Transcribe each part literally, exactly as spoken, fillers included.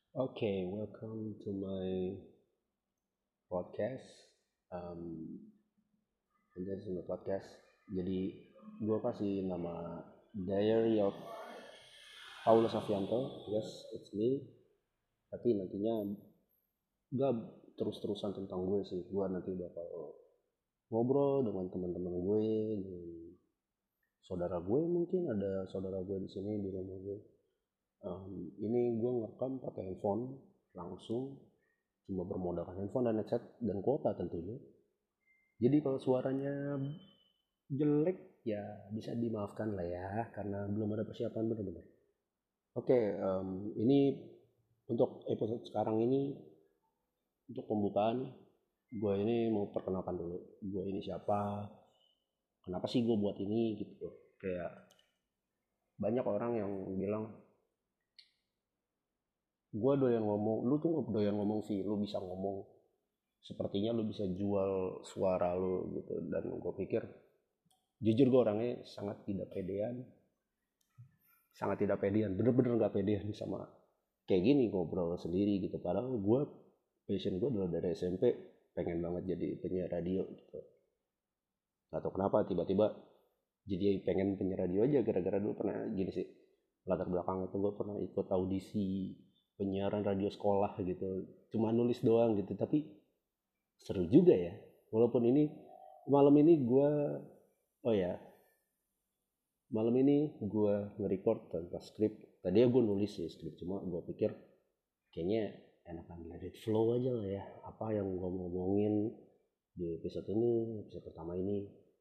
Okay, welcome to my podcast. Um, ini semua podcast. Jadi gue kasih nama Diary of Paulus Avianto. Yes, it's me. Tapi nantinya gak terus-terusan tentang gue sih. Gue nanti bakal ngobrol dengan teman-teman gue, dengan saudara gue mungkin ada saudara gue di sini di rumah gue. Um, ini gue ngerekam pakai handphone langsung, cuma bermodalkan handphone dan headset dan kuota tentunya. Jadi kalau suaranya jelek ya bisa dimaafkan lah ya karena belum ada persiapan benar-benar. Oke, em, ini untuk episode sekarang ini untuk pembukaan gue ini mau perkenalkan dulu. Gue ini siapa? Kenapa sih gue buat ini gitu? Kayak banyak orang yang bilang gue doyan ngomong, lu tuh doyan ngomong sih, lu bisa ngomong. Sepertinya lu bisa jual suara lu gitu dan gue pikir jujur gue orangnya sangat tidak pedean sangat tidak pedean bener-bener nggak pedean sama kayak gini ngobrol sendiri gitu, padahal gue passion gue adalah dari S M P pengen banget jadi penyiar radio gitu. Gak tau kenapa tiba-tiba jadi pengen penyiar radio aja gara-gara dulu pernah gini sih, latar belakang itu gue pernah ikut audisi penyiaran radio sekolah gitu, cuma nulis doang gitu tapi seru juga ya. Walaupun ini malam ini gue, oh ya, malam ini gue nge-record tanpa skrip. Tadi ya gue nulis sih skrip, cuma gue pikir kayaknya enakan let it flow aja lah ya. Apa yang gue mau ngomongin di episode ini, episode pertama ini,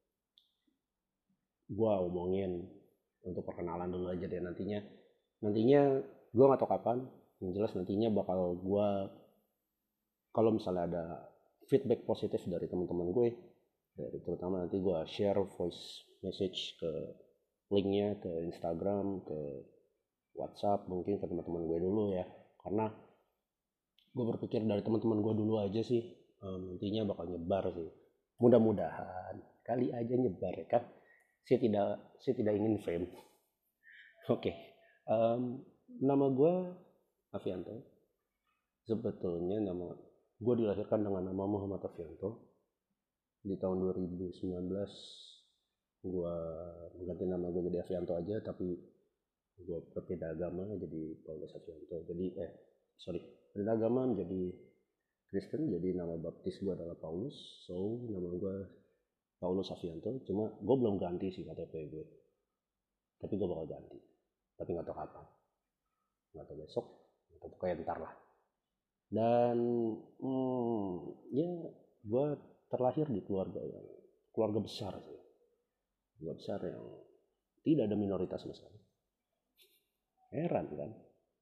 gue omongin untuk perkenalan dulu aja deh. Nantinya, nantinya gue nggak tahu kapan. Yang jelas nantinya bakal gue, kalau misalnya ada feedback positif dari teman-teman gue, dari terutama nanti gue share voice message ke linknya ke Instagram, ke WhatsApp, mungkin ke teman-teman gue dulu ya, karena gue berpikir dari teman-teman gue dulu aja sih, um, nantinya bakal nyebar sih, mudah-mudahan kali aja nyebar ya kan. Saya tidak saya tidak ingin fame. Oke, okay. um, nama gue Avianto. Sebetulnya nama gue dilahirkan dengan nama Muhammad Avianto. Di tahun dua ribu sembilan belas gue mengganti nama gue jadi Avianto aja, tapi gue berbeda agama jadi Paulus Avianto. Jadi eh sorry, berbeda agama menjadi Kristen, jadi nama baptis gue adalah Paulus. So nama gue Paulus Avianto, cuma gue belum ganti sih K T P gue, tapi gue bakal ganti, tapi nggak tahu kapan, nggak tahu besok, nggak tahu pokoknya ntar lah. Dan hmm, ya gue terlahir di keluarga yang keluarga besar sih, keluarga besar yang tidak ada minoritas sama sekali. Heran kan.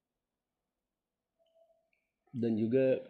Dan juga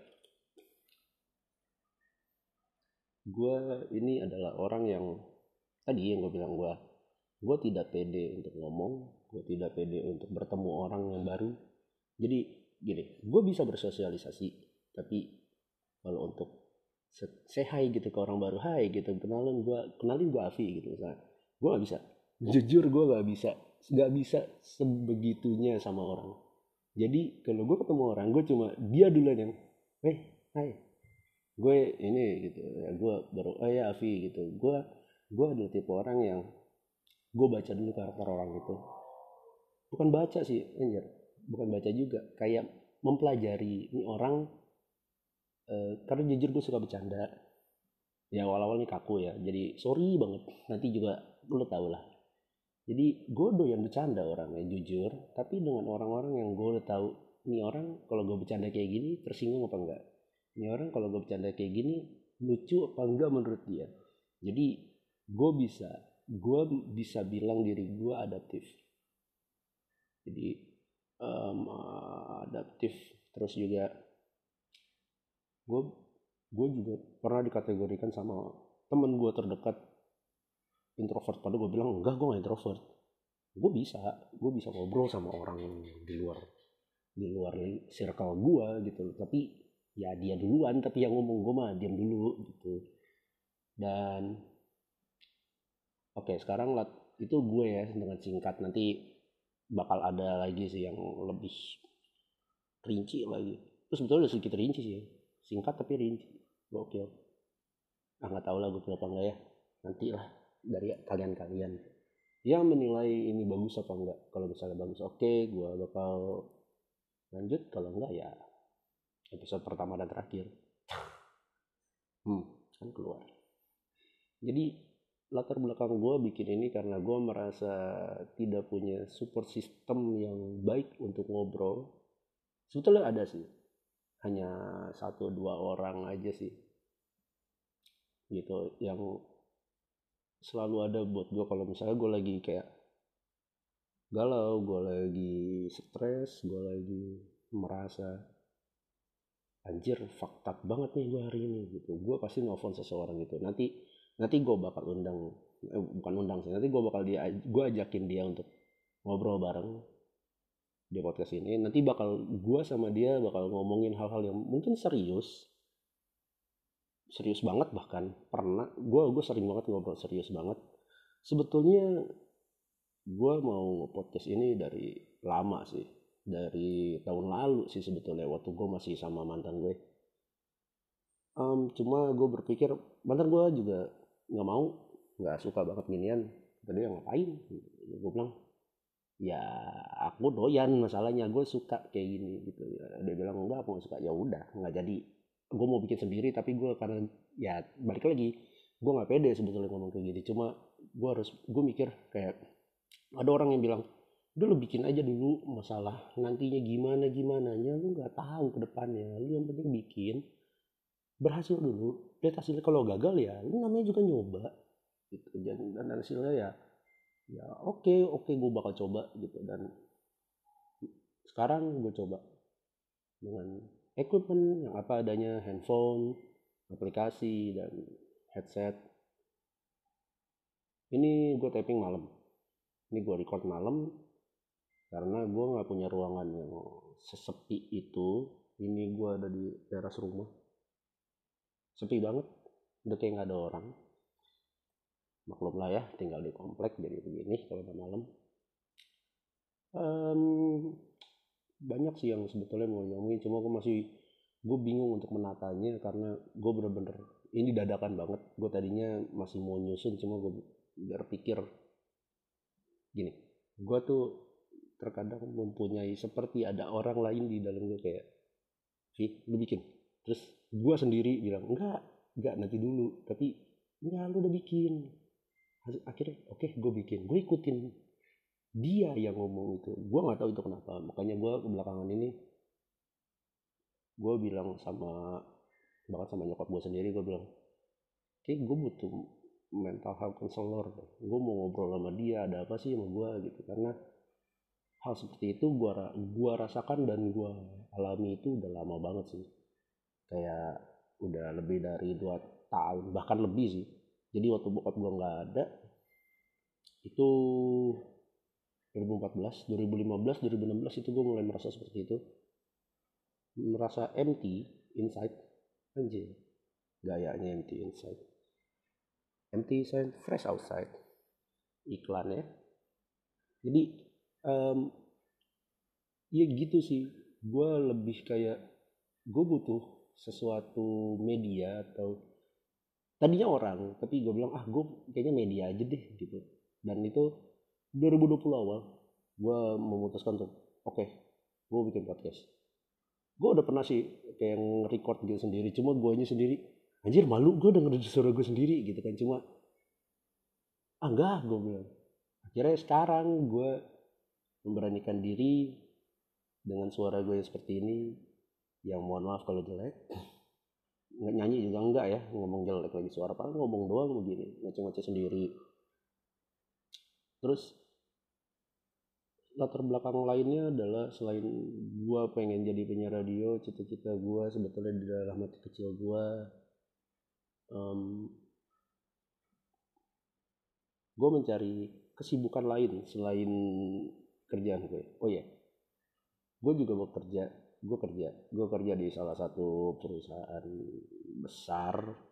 gue ini adalah orang yang tadi yang gue bilang, gue gue tidak pede untuk ngomong, gue tidak pede untuk bertemu orang yang baru. Jadi gini, gue bisa bersosialisasi, tapi kalau untuk say hi gitu ke orang baru, hai gitu, kenalan gue, kenalin gue Avi gitu misalnya, gue nggak bisa. Jujur gue nggak bisa, nggak bisa sebegitunya sama orang. Jadi kalau gue ketemu orang, gue cuma dia duluan yang, eh, hai, gue ini gitu ya, gue baru, oh ya Avi gitu. Gue gue adalah tipe orang yang gue baca dulu karakter orang itu, bukan baca sih anjir, bukan baca juga, kayak mempelajari ini orang. Eh, karena jujur gue suka bercanda ya, awal-awal nih kaku ya, jadi sorry banget, nanti juga lo tau lah. Jadi gue doyan bercanda orangnya jujur, tapi dengan orang-orang yang gue udah tahu ini orang kalau gue bercanda kayak gini tersinggung apa enggak, ini orang kalau gue bercanda kayak gini lucu apa enggak menurut dia. Jadi gue bisa gue bisa bilang diri gue adaptif. Jadi um, adaptif, terus juga gue gue juga pernah dikategorikan sama temen gue terdekat introvert, padahal gue bilang enggak, gue gak introvert. Gue bisa gue bisa ngobrol sama orang di luar di luar circle gue gitu, tapi ya dia duluan, tapi yang ngomong gue mah diam dulu gitu. Dan oke, okay, sekarang lat itu gue ya dengan singkat, nanti bakal ada lagi sih yang lebih rinci lagi. Terus sebetulnya udah sedikit rinci sih, singkat tapi rinci, gokil. Ah nggak tahu lah gue apa enggak ya, nanti lah dari kalian-kalian yang menilai ini bagus apa enggak. Kalau misalnya bagus oke, gue bakal lanjut. Kalau enggak ya episode pertama dan terakhir. Hmm, kan keluar. Jadi latar belakang gue bikin ini karena gue merasa tidak punya support system yang baik untuk ngobrol. Sebetulnya ada sih, hanya satu dua orang aja sih gitu yang selalu ada buat gue kalau misalnya gue lagi kayak galau, gue lagi stres, gue lagi merasa anjir fucked up banget nih gue hari ini gitu, gue pasti nelfon seseorang gitu. Nanti nanti gue bakal undang, eh, bukan undang sih, nanti gue bakal dia gue ajakin dia untuk ngobrol bareng di podcast ini. Nanti bakal gue sama dia bakal ngomongin hal-hal yang mungkin serius serius banget, bahkan pernah gue gue sering banget ngobrol serius banget. Sebetulnya gue mau podcast ini dari lama sih, dari tahun lalu sih sebetulnya, waktu gue masih sama mantan gue. Um, cuma gue berpikir mantan gue juga nggak mau, nggak suka banget ginian. Tadi yang ngapain? Gue bilang ya aku doyan, masalahnya gue suka kayak gini gitu. Dia bilang enggak, aku nggak suka. Ya udah nggak jadi. Gue mau bikin sendiri, tapi gue karena ya balik lagi gue nggak pede sebetulnya ngomong kayak gini. Cuma gue harus gue mikir kayak ada orang yang bilang udah lu bikin aja dulu, masalah nantinya gimana gimana nya lu nggak tahu ke depannya, lu yang penting bikin berhasil dulu, lihat hasilnya. Kalau gagal ya lu namanya juga nyoba gitu. Dan, dan hasilnya ya ya oke oke gue bakal coba gitu. Dan sekarang gue coba dengan equipment yang apa adanya, handphone, aplikasi, dan headset. Ini gue taping malam, ini gue record malam karena gue nggak punya ruangan yang sesepi itu. Ini gue ada di teras rumah, sepi banget, udah kayak nggak ada orang. Maklum lah ya, tinggal di komplek jadi begini kalau udah malam. um, banyak sih yang sebetulnya mau ngomongin, cuma gue masih gue bingung untuk menatanya karena gue bener-bener ini dadakan banget. Gue tadinya masih mau nyusun, cuma gue berpikir gini, gue tuh terkadang mempunyai seperti ada orang lain di dalam gue, kayak sih lu bikin, terus gue sendiri bilang enggak enggak nanti dulu, tapi enggak lu udah bikin. Akhirnya oke okay, gue bikin, gue ikutin dia yang ngomong itu. Gue nggak tahu itu kenapa, makanya gue belakangan ini gue bilang sama bahkan sama nyokap gue sendiri, gue bilang kayak gue butuh mental health counselor, gue mau ngobrol sama dia, ada apa sih sama gue gitu. Karena hal seperti itu gue gua rasakan dan gue alami itu udah lama banget sih, kayak udah lebih dari dua tahun bahkan lebih sih. Jadi waktu bokap gue nggak ada itu dua ribu empat belas, dua ribu lima belas, dua ribu enam belas itu gue mulai merasa seperti itu, merasa empty inside. Anjir, gayanya empty inside, empty inside, fresh outside, iklan ya. Jadi um, ya gitu sih, gue lebih kayak gue butuh sesuatu media, atau tadinya orang, tapi gue bilang ah gue kayaknya media aja deh gitu. Dan itu dua ribu dua puluh awal gue memutuskan untuk oke okay, gue bikin podcast. Gue udah pernah sih kayak record gitu sendiri, cuma gue nya sendiri anjir malu gue denger suara gue sendiri gitu kan. Cuma ah enggak, gue bilang. Akhirnya sekarang gue memberanikan diri dengan suara gue yang seperti ini, yang mohon maaf kalau jelek, nyanyi juga enggak ya, ngomong jelek lagi, suara paling ngomong doang begini, ngoceh-ngoceh sendiri. Terus latar belakang lainnya adalah selain gue pengen jadi penyiar radio, cita-cita gue sebetulnya di dalam hati kecil gue, um, gue mencari kesibukan lain selain kerjaan gue. Oh ya, gue juga bekerja, gue kerja, gue kerja di salah satu perusahaan besar,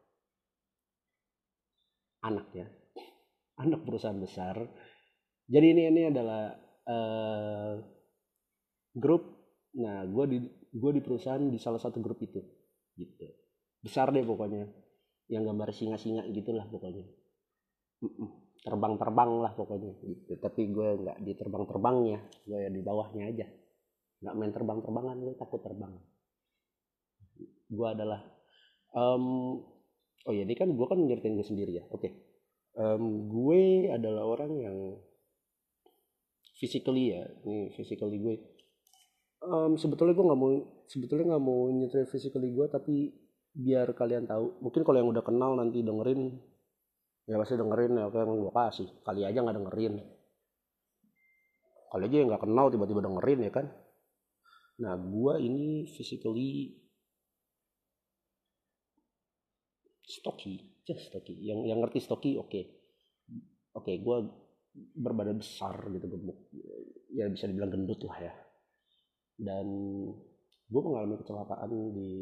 anak ya, anak perusahaan besar. Jadi ini ini adalah uh, grup Nah, gue di gue di perusahaan di salah satu grup itu, gitu. Besar deh pokoknya, yang gambar singa-singa gitulah pokoknya. Mm-mm. Terbang-terbang lah pokoknya gitu. Tapi gue nggak di terbang-terbangnya, gue ya di bawahnya aja. Nggak main terbang-terbangan, gue takut terbang. Gue adalah, um, oh ya ini kan gue kan nyeritain gue sendiri ya. Oke, um, gue adalah orang yang physically ya, ini physically gue. Um, sebetulnya gue nggak mau, sebetulnya nggak mau nyeritain physically gue, tapi biar kalian tahu. Mungkin kalau yang udah kenal nanti dengerin, ya pasti dengerin ya, kayak yang gue kasih. Kali aja nggak dengerin, kali aja yang nggak kenal tiba-tiba dengerin ya kan. Nah, gue ini physically stocky, just stocky. Yang yang ngerti stocky, oke, okay. oke, okay, gue berbadan besar gitu, gemuk, ya bisa dibilang gendut lah ya. Dan gue mengalami kecelakaan di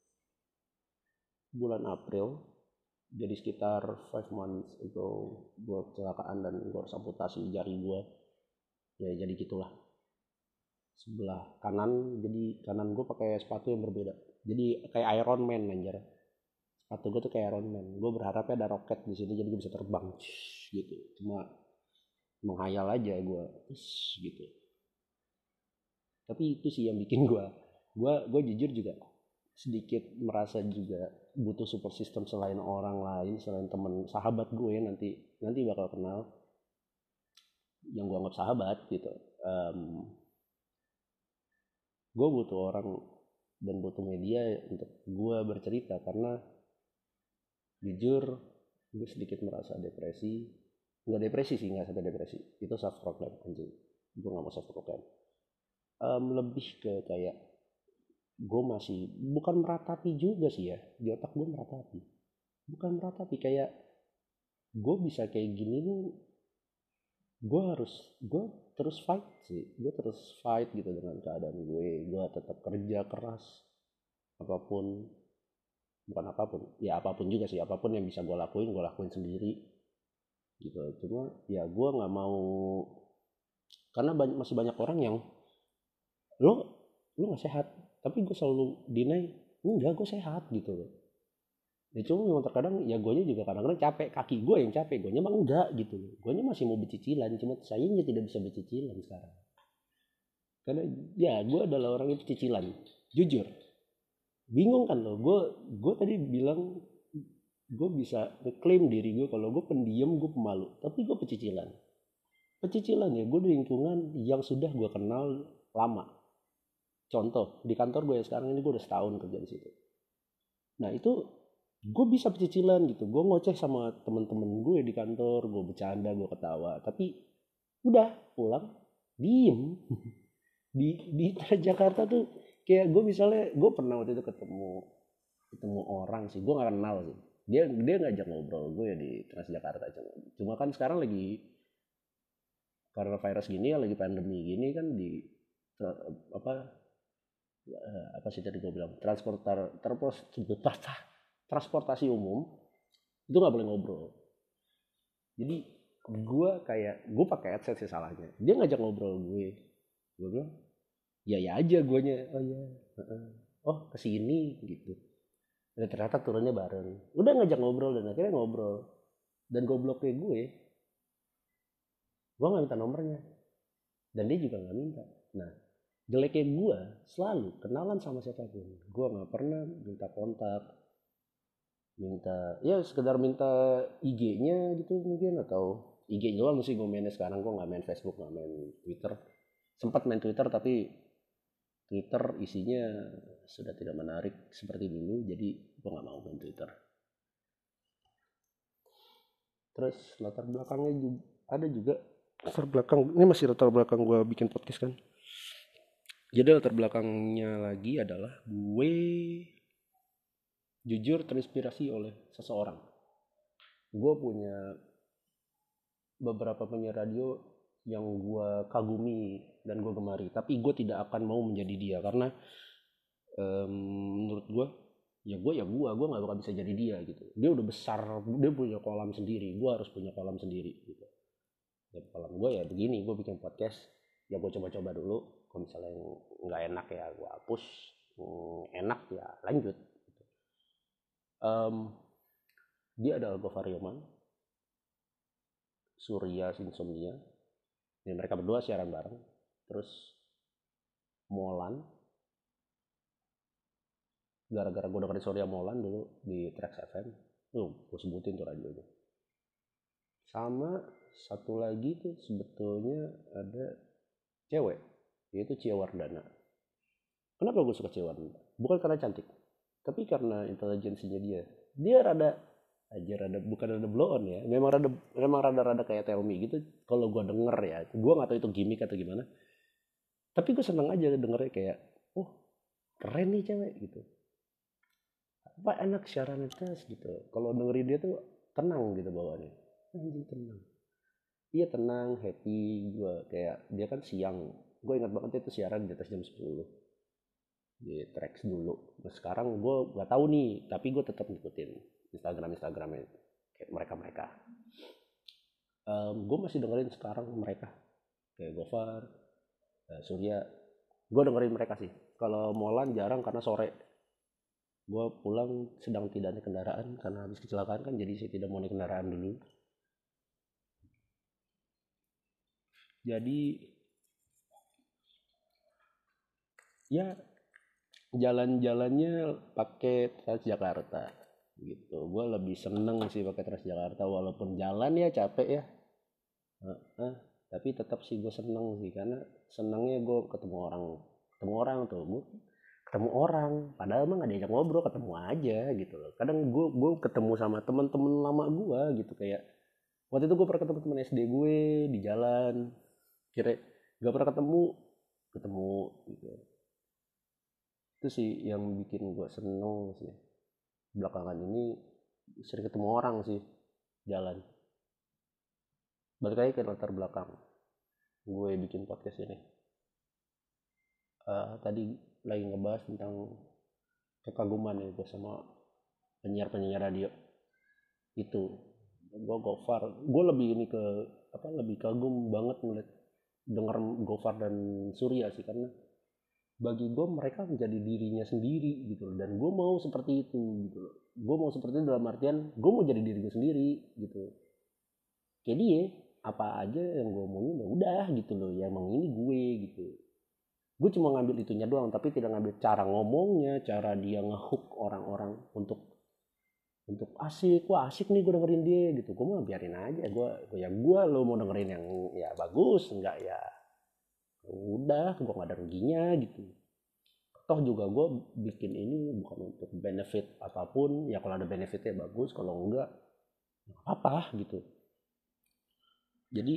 bulan April, jadi sekitar five months itu gue kecelakaan dan gue harus amputasi jari gue. Ya jadi gitulah, sebelah kanan, jadi kanan gue pakai sepatu yang berbeda, jadi kayak Iron Man anjir. Sepatu gue tuh kayak Iron Man. Gue berharapnya ada roket di sini jadi gue bisa terbang gitu. Cuma menghayal aja gue gitu. Tapi itu sih yang bikin gue gue gue jujur juga sedikit merasa juga butuh support system selain orang lain, selain temen sahabat gue nanti nanti bakal kenal, yang gue anggap sahabat gitu. um, gue butuh orang dan butuh media untuk gue bercerita, karena jujur gue sedikit merasa depresi. Nggak depresi sih, nggak sampai depresi, itu self proclaim anjing, gue nggak mau self proclaim. Um, lebih ke kayak gue masih bukan meratapi juga sih ya, di otak gue meratapi, bukan meratapi, kayak gue bisa kayak gini nih, gue harus gue terus fight sih, gue terus fight gitu dengan keadaan gue gue tetap kerja keras, apapun, bukan apapun ya, apapun juga sih, apapun yang bisa gue lakuin gue lakuin sendiri gitu. Cuma ya gue nggak mau, karena banyak, masih banyak orang yang lo lo nggak sehat, tapi gue selalu deny enggak gue sehat gitu loh. Ya cuma memang terkadang ya gue juga kadang-kadang capek, kaki gue yang capek, gue nya emang enggak gitu loh. Gue nya masih mau bercicilan, cuma sayangnya tidak bisa bercicilan sekarang, karena ya gue adalah orang yang cicilan jujur. Bingung kan lo, gue gue tadi bilang gue bisa ngeklaim diri gue kalau gue pendiam, gue pemalu, tapi gue pecicilan. Pecicilan ya, gue di lingkungan yang sudah gue kenal lama. Contoh di kantor gue ya sekarang ini, gue udah setahun kerja di situ. Nah itu gue bisa pecicilan gitu, gue ngoceh sama temen-temen gue di kantor, gue bercanda, gue ketawa, tapi udah pulang diem. di di Jakarta tuh kayak gue misalnya, gue pernah waktu itu ketemu ketemu orang sih, gue nggak kenal sih, dia dia ngajak ngobrol gue ya di Transjakarta. cuma cuma kan sekarang lagi karena virus gini ya, lagi pandemi gini kan, di apa apa sih tadi gue bilang, transportar transportasi umum itu nggak boleh ngobrol. Jadi gue kayak gue pakai headset sih salahnya, dia ngajak ngobrol gue gue bilang ya ya aja guanya, oh ya uh-uh. oh kesini gitu. Dan ternyata turunnya bareng, udah ngajak ngobrol dan akhirnya ngobrol, dan gobloknya gue gue nggak minta nomornya dan dia juga nggak minta. Nah jeleknya gue selalu kenalan sama siapapun, gue nggak pernah minta kontak, minta ya sekedar minta I G-nya gitu mungkin, atau I G doang sih gue mainnya sekarang. Gue nggak main Facebook, nggak main Twitter. Sempat main Twitter tapi Twitter isinya sudah tidak menarik seperti dulu, jadi gue nggak mau main Twitter. Terus latar belakangnya juga ada juga, latar belakang ini masih latar belakang gue bikin podcast kan. Jadi latar belakangnya lagi adalah gue jujur terinspirasi oleh seseorang. Gue punya beberapa penyiar radio yang gue kagumi dan gue gemari, tapi gue tidak akan mau menjadi dia, karena um, menurut gue ya gue ya gue gue nggak bakal bisa jadi dia gitu. Dia udah besar, dia punya kolam sendiri, gue harus punya kolam sendiri gitu. Dan kolam gue ya begini, gue bikin podcast ya, gue coba-coba dulu. Kalau misalnya nggak enak ya gue hapus, enak ya lanjut. um, dia adalah Gofar Hilman, Surya Insomnia, ya, mereka berdua siaran bareng. Terus Molan, gara-gara gue dengerin Surya Molan dulu di Trax F M, tuh gue sebutin tuh radionya. Sama satu lagi tuh sebetulnya ada cewek, yaitu Cia Wardana. Kenapa gue suka Cia Wardana? Bukan karena cantik, tapi karena intelijensinya dia. Dia rada aja rada bukan rada blow on ya, memang rada memang rada rada kayak Tell Me gitu. Kalau gue denger ya, gue nggak tahu itu gimmick atau gimana. Tapi gue seneng aja dengernya kayak, oh keren nih cewek gitu. Apa enak siaran tes gitu. Kalau dengerin dia tuh tenang gitu bawaannya. Anjing tenang. Iya tenang, happy gue kayak dia kan siang. Gue ingat banget itu siaran di atas jam sepuluh di Trax dulu. Nah sekarang gue nggak tahu nih, tapi gue tetap ngikutin Instagram Instagramnya kayak mereka mereka. Um, gue masih dengerin sekarang mereka kayak Gofar, uh, Surya. Gue dengerin mereka sih. Kalau Molan jarang karena sore. Gue pulang sedang tidak naik kendaraan karena habis kecelakaan kan, jadi saya tidak mau naik kendaraan dulu. Jadi ya jalan-jalannya pakai Transjakarta gitu. Gue lebih seneng sih pakai Transjakarta walaupun jalan ya capek ya. Uh, uh, tapi tetap sih gue seneng sih karena senangnya gue ketemu orang, ketemu orang tuh gue ketemu orang padahal emang gak diajak ngobrol, ketemu aja gitu loh. Kadang gue gue ketemu sama teman-teman lama gue gitu, kayak waktu itu gue pernah ketemu teman S D gue di jalan, kira gak pernah ketemu ketemu gitu. Itu sih yang bikin gue seneng sih belakangan ini, sering ketemu orang sih jalan. Balik lagi ke latar belakang gue bikin podcast ini. Uh, tadi lagi ngebahas tentang kekaguman ya gue sama penyiar-penyiar radio itu. Gue Gofar, gue lebih ini ke apa lebih kagum banget ngeliat denger Gofar dan Surya sih, karena bagi gue mereka menjadi dirinya sendiri gitu loh, dan gue mau seperti itu gitu loh. Gue mau seperti itu dalam artian gue mau jadi diri gue sendiri gitu. Kayak dia apa aja yang gue omongin ya udah gitu loh, ya emang ini gue gitu. Gue cuma ngambil itunya doang, tapi tidak ngambil cara ngomongnya, cara dia ngehook orang-orang untuk untuk asik, wah asik nih gue dengerin dia gitu. Gue mau biarin aja, gue ya gue lo mau dengerin yang ya bagus, enggak ya udah, gue gak ada ruginya gitu. Toh juga gue bikin ini bukan untuk benefit apapun, ya kalau ada benefitnya bagus, kalau enggak apa gitu. Jadi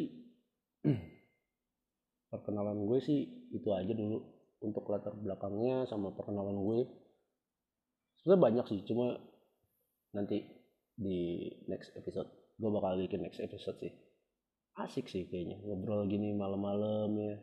perkenalan gue sih itu aja dulu untuk latar belakangnya sama perkenalan gue. Sebenarnya banyak sih, cuma nanti di next episode gue bakal bikin next episode sih. Asik sih kayaknya ngobrol gini malam-malam ya.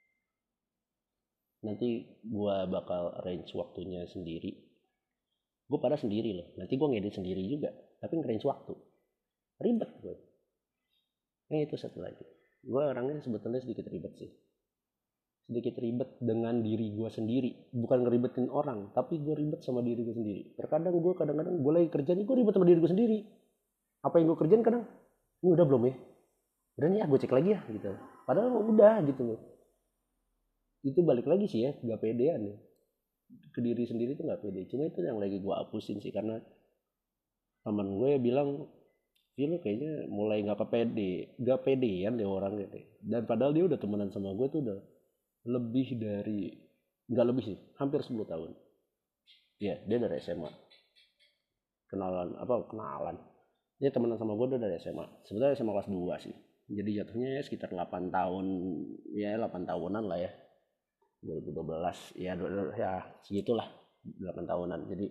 Nanti gue bakal arrange waktunya sendiri. Gue pada sendiri loh, nanti gue ngedit sendiri juga, tapi nge-arrange waktu ribet gue. Nah itu satu lagi, gue orangnya sebetulnya sedikit ribet sih, sedikit ribet dengan diri gue sendiri. Bukan ngeribetin orang, tapi gue ribet sama diri gue sendiri. Terkadang gue kadang-kadang gue lagi kerja nih, gue ribet sama diri gue sendiri. Apa yang gue kerjain kadang, ini udah belum ya, udah nih ya gue cek lagi ya gitu, padahal udah gitu loh. Itu balik lagi sih ya, gak pedean ya ke diri sendiri tuh gak pede. Cuma itu yang lagi gue hapusin sih, karena teman gue bilang, Iya lo kayaknya mulai gak kepede, gak pedean deh orangnya deh. Dan padahal dia udah temenan sama gue tuh udah lebih dari, gak lebih sih, hampir sepuluh tahun. Iya, dia dari S M A. Kenalan, apa kenalan. Dia temenan sama gue udah dari S M A. Sebenarnya S M A kelas dua sih. Jadi jatuhnya ya sekitar delapan tahun, ya delapan tahunan lah ya. dua ribu dua belas, ya, ya segitulah, delapan tahunan. Jadi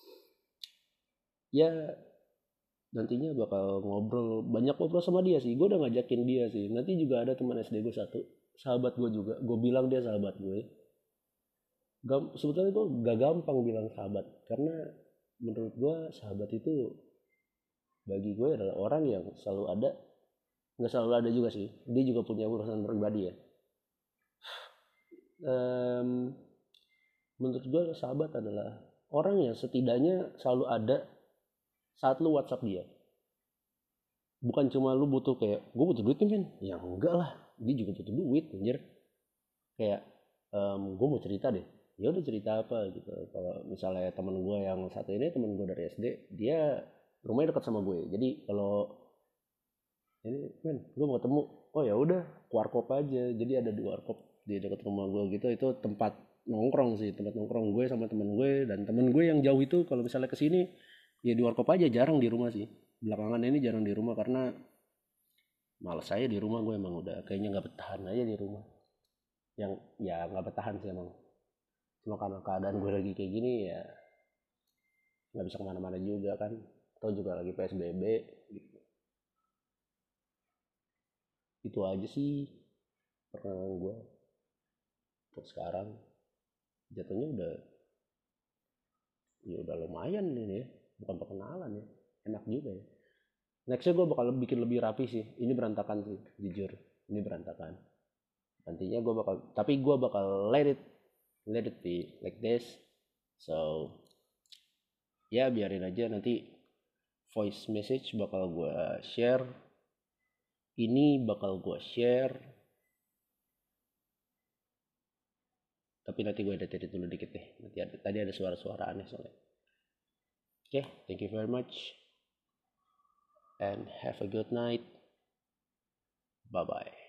ya nantinya bakal ngobrol, banyak ngobrol sama dia sih. Gue udah ngajakin dia sih, nanti juga ada teman S D gue satu, sahabat gue juga, gue bilang dia sahabat gue. Gam, sebetulnya gue gak gampang bilang sahabat, karena menurut gue sahabat itu bagi gue adalah orang yang selalu ada, nggak selalu ada juga sih, dia juga punya urusan pribadi ya. um, menurut gue sahabat adalah orang yang setidaknya selalu ada saat lu WhatsApp dia. Bukan cuma lu butuh kayak gue butuh duit nih men, ya enggak lah, dia juga butuh duit anjir. Kayak um, gue mau cerita deh, ya udah cerita apa gitu. Kalau misalnya teman gue yang satu ini teman gue dari S D, dia rumahnya dekat sama gue, jadi kalau ini men gue mau ketemu, oh ya udah warkop aja. Jadi ada di warkop di dekat rumah gue gitu, itu tempat nongkrong sih, tempat nongkrong gue sama temen gue. Dan temen gue yang jauh itu kalau misalnya kesini ya di warkop aja, jarang di rumah sih. Belakangan ini jarang di rumah karena males saya di rumah. Gue emang udah kayaknya nggak bertahan aja di rumah, yang ya nggak bertahan sih emang, cuma karena keadaan gue lagi kayak gini ya nggak bisa kemana-mana juga kan, atau juga lagi P S B B gitu. Itu aja sih perkenalan gue untuk sekarang. Jatuhnya udah ya udah lumayan ini ya, bukan perkenalan ya, enak juga ya. Nextnya gue bakal bikin lebih rapi sih, ini berantakan sih jujur, ini berantakan. Nantinya gue bakal, tapi gue bakal let it let it be like this. So ya biarin aja, nanti voice message bakal gue share, ini bakal gue share, tapi nanti gue edit edit dulu dikit deh. Nanti ada, tadi ada suara-suara aneh soalnya. Oke, okay, thank you very much and have a good night. Bye bye.